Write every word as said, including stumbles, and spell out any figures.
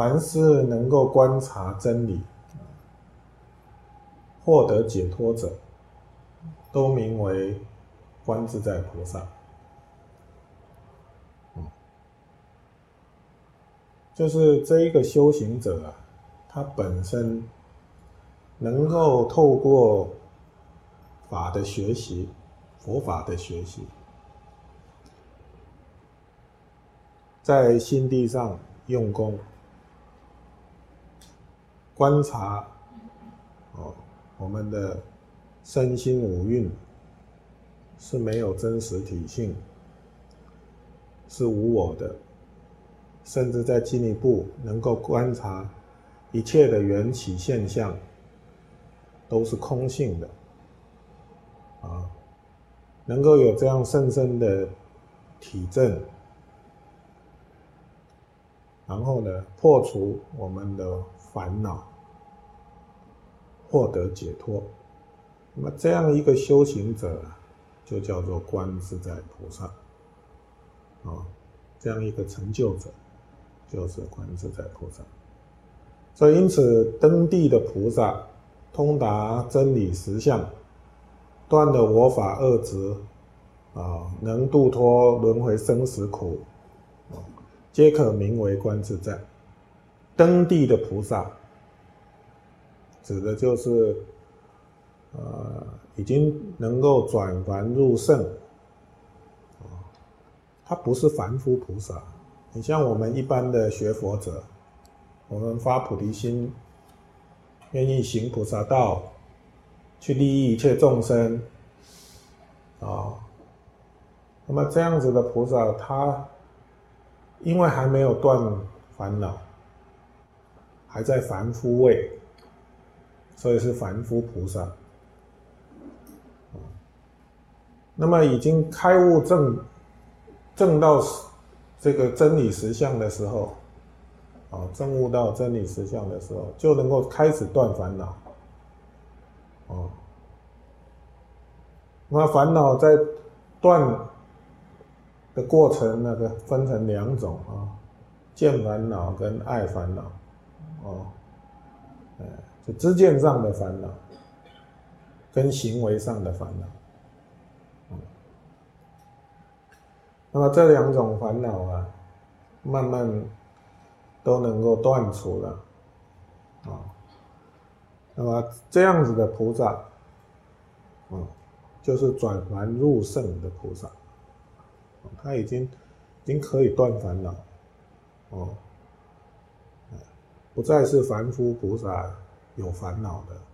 凡是能够观察真理、获得解脱者，都名为观自在菩萨。嗯，就是这一个修行者啊，他本身能够透过法的学习，佛法的学习，在心地上用功，观察哦，我们的身心五蕴是没有真实体性，是无我的，甚至再进一步能够观察一切的缘起现象都是空性的啊，能够有这样深深的体证，然后呢，破除我们的烦恼，获得解脱。那么这样一个修行者就叫做观自在菩萨啊，这样一个成就者就是观自在菩萨。所以因此登地的菩萨通达真理实相，断了我法二执啊，能度脱轮回生死苦，皆可名为观自在。登地的菩萨指的就是呃，已经能够转凡入圣，他不是凡夫菩萨。你像我们一般的学佛者，我们发菩提心，愿意行菩萨道，去利益一切众生啊。那么这样子的菩萨，他因为还没有断烦恼，还在凡夫位，所以是凡夫菩萨。那么已经开悟证证到这个真理实相的时候，啊，证悟到真理实相的时候，就能够开始断烦恼。哦，那烦恼在断的过程，那个分成两种啊，见烦恼跟爱烦恼。哦，呃，就知见上的烦恼，跟行为上的烦恼。那么这两种烦恼啊，慢慢都能够断除了啊。那么这样子的菩萨，嗯，就是转凡入圣的菩萨，他已经已经可以断烦恼，哦，不再是凡夫菩萨有烦恼的。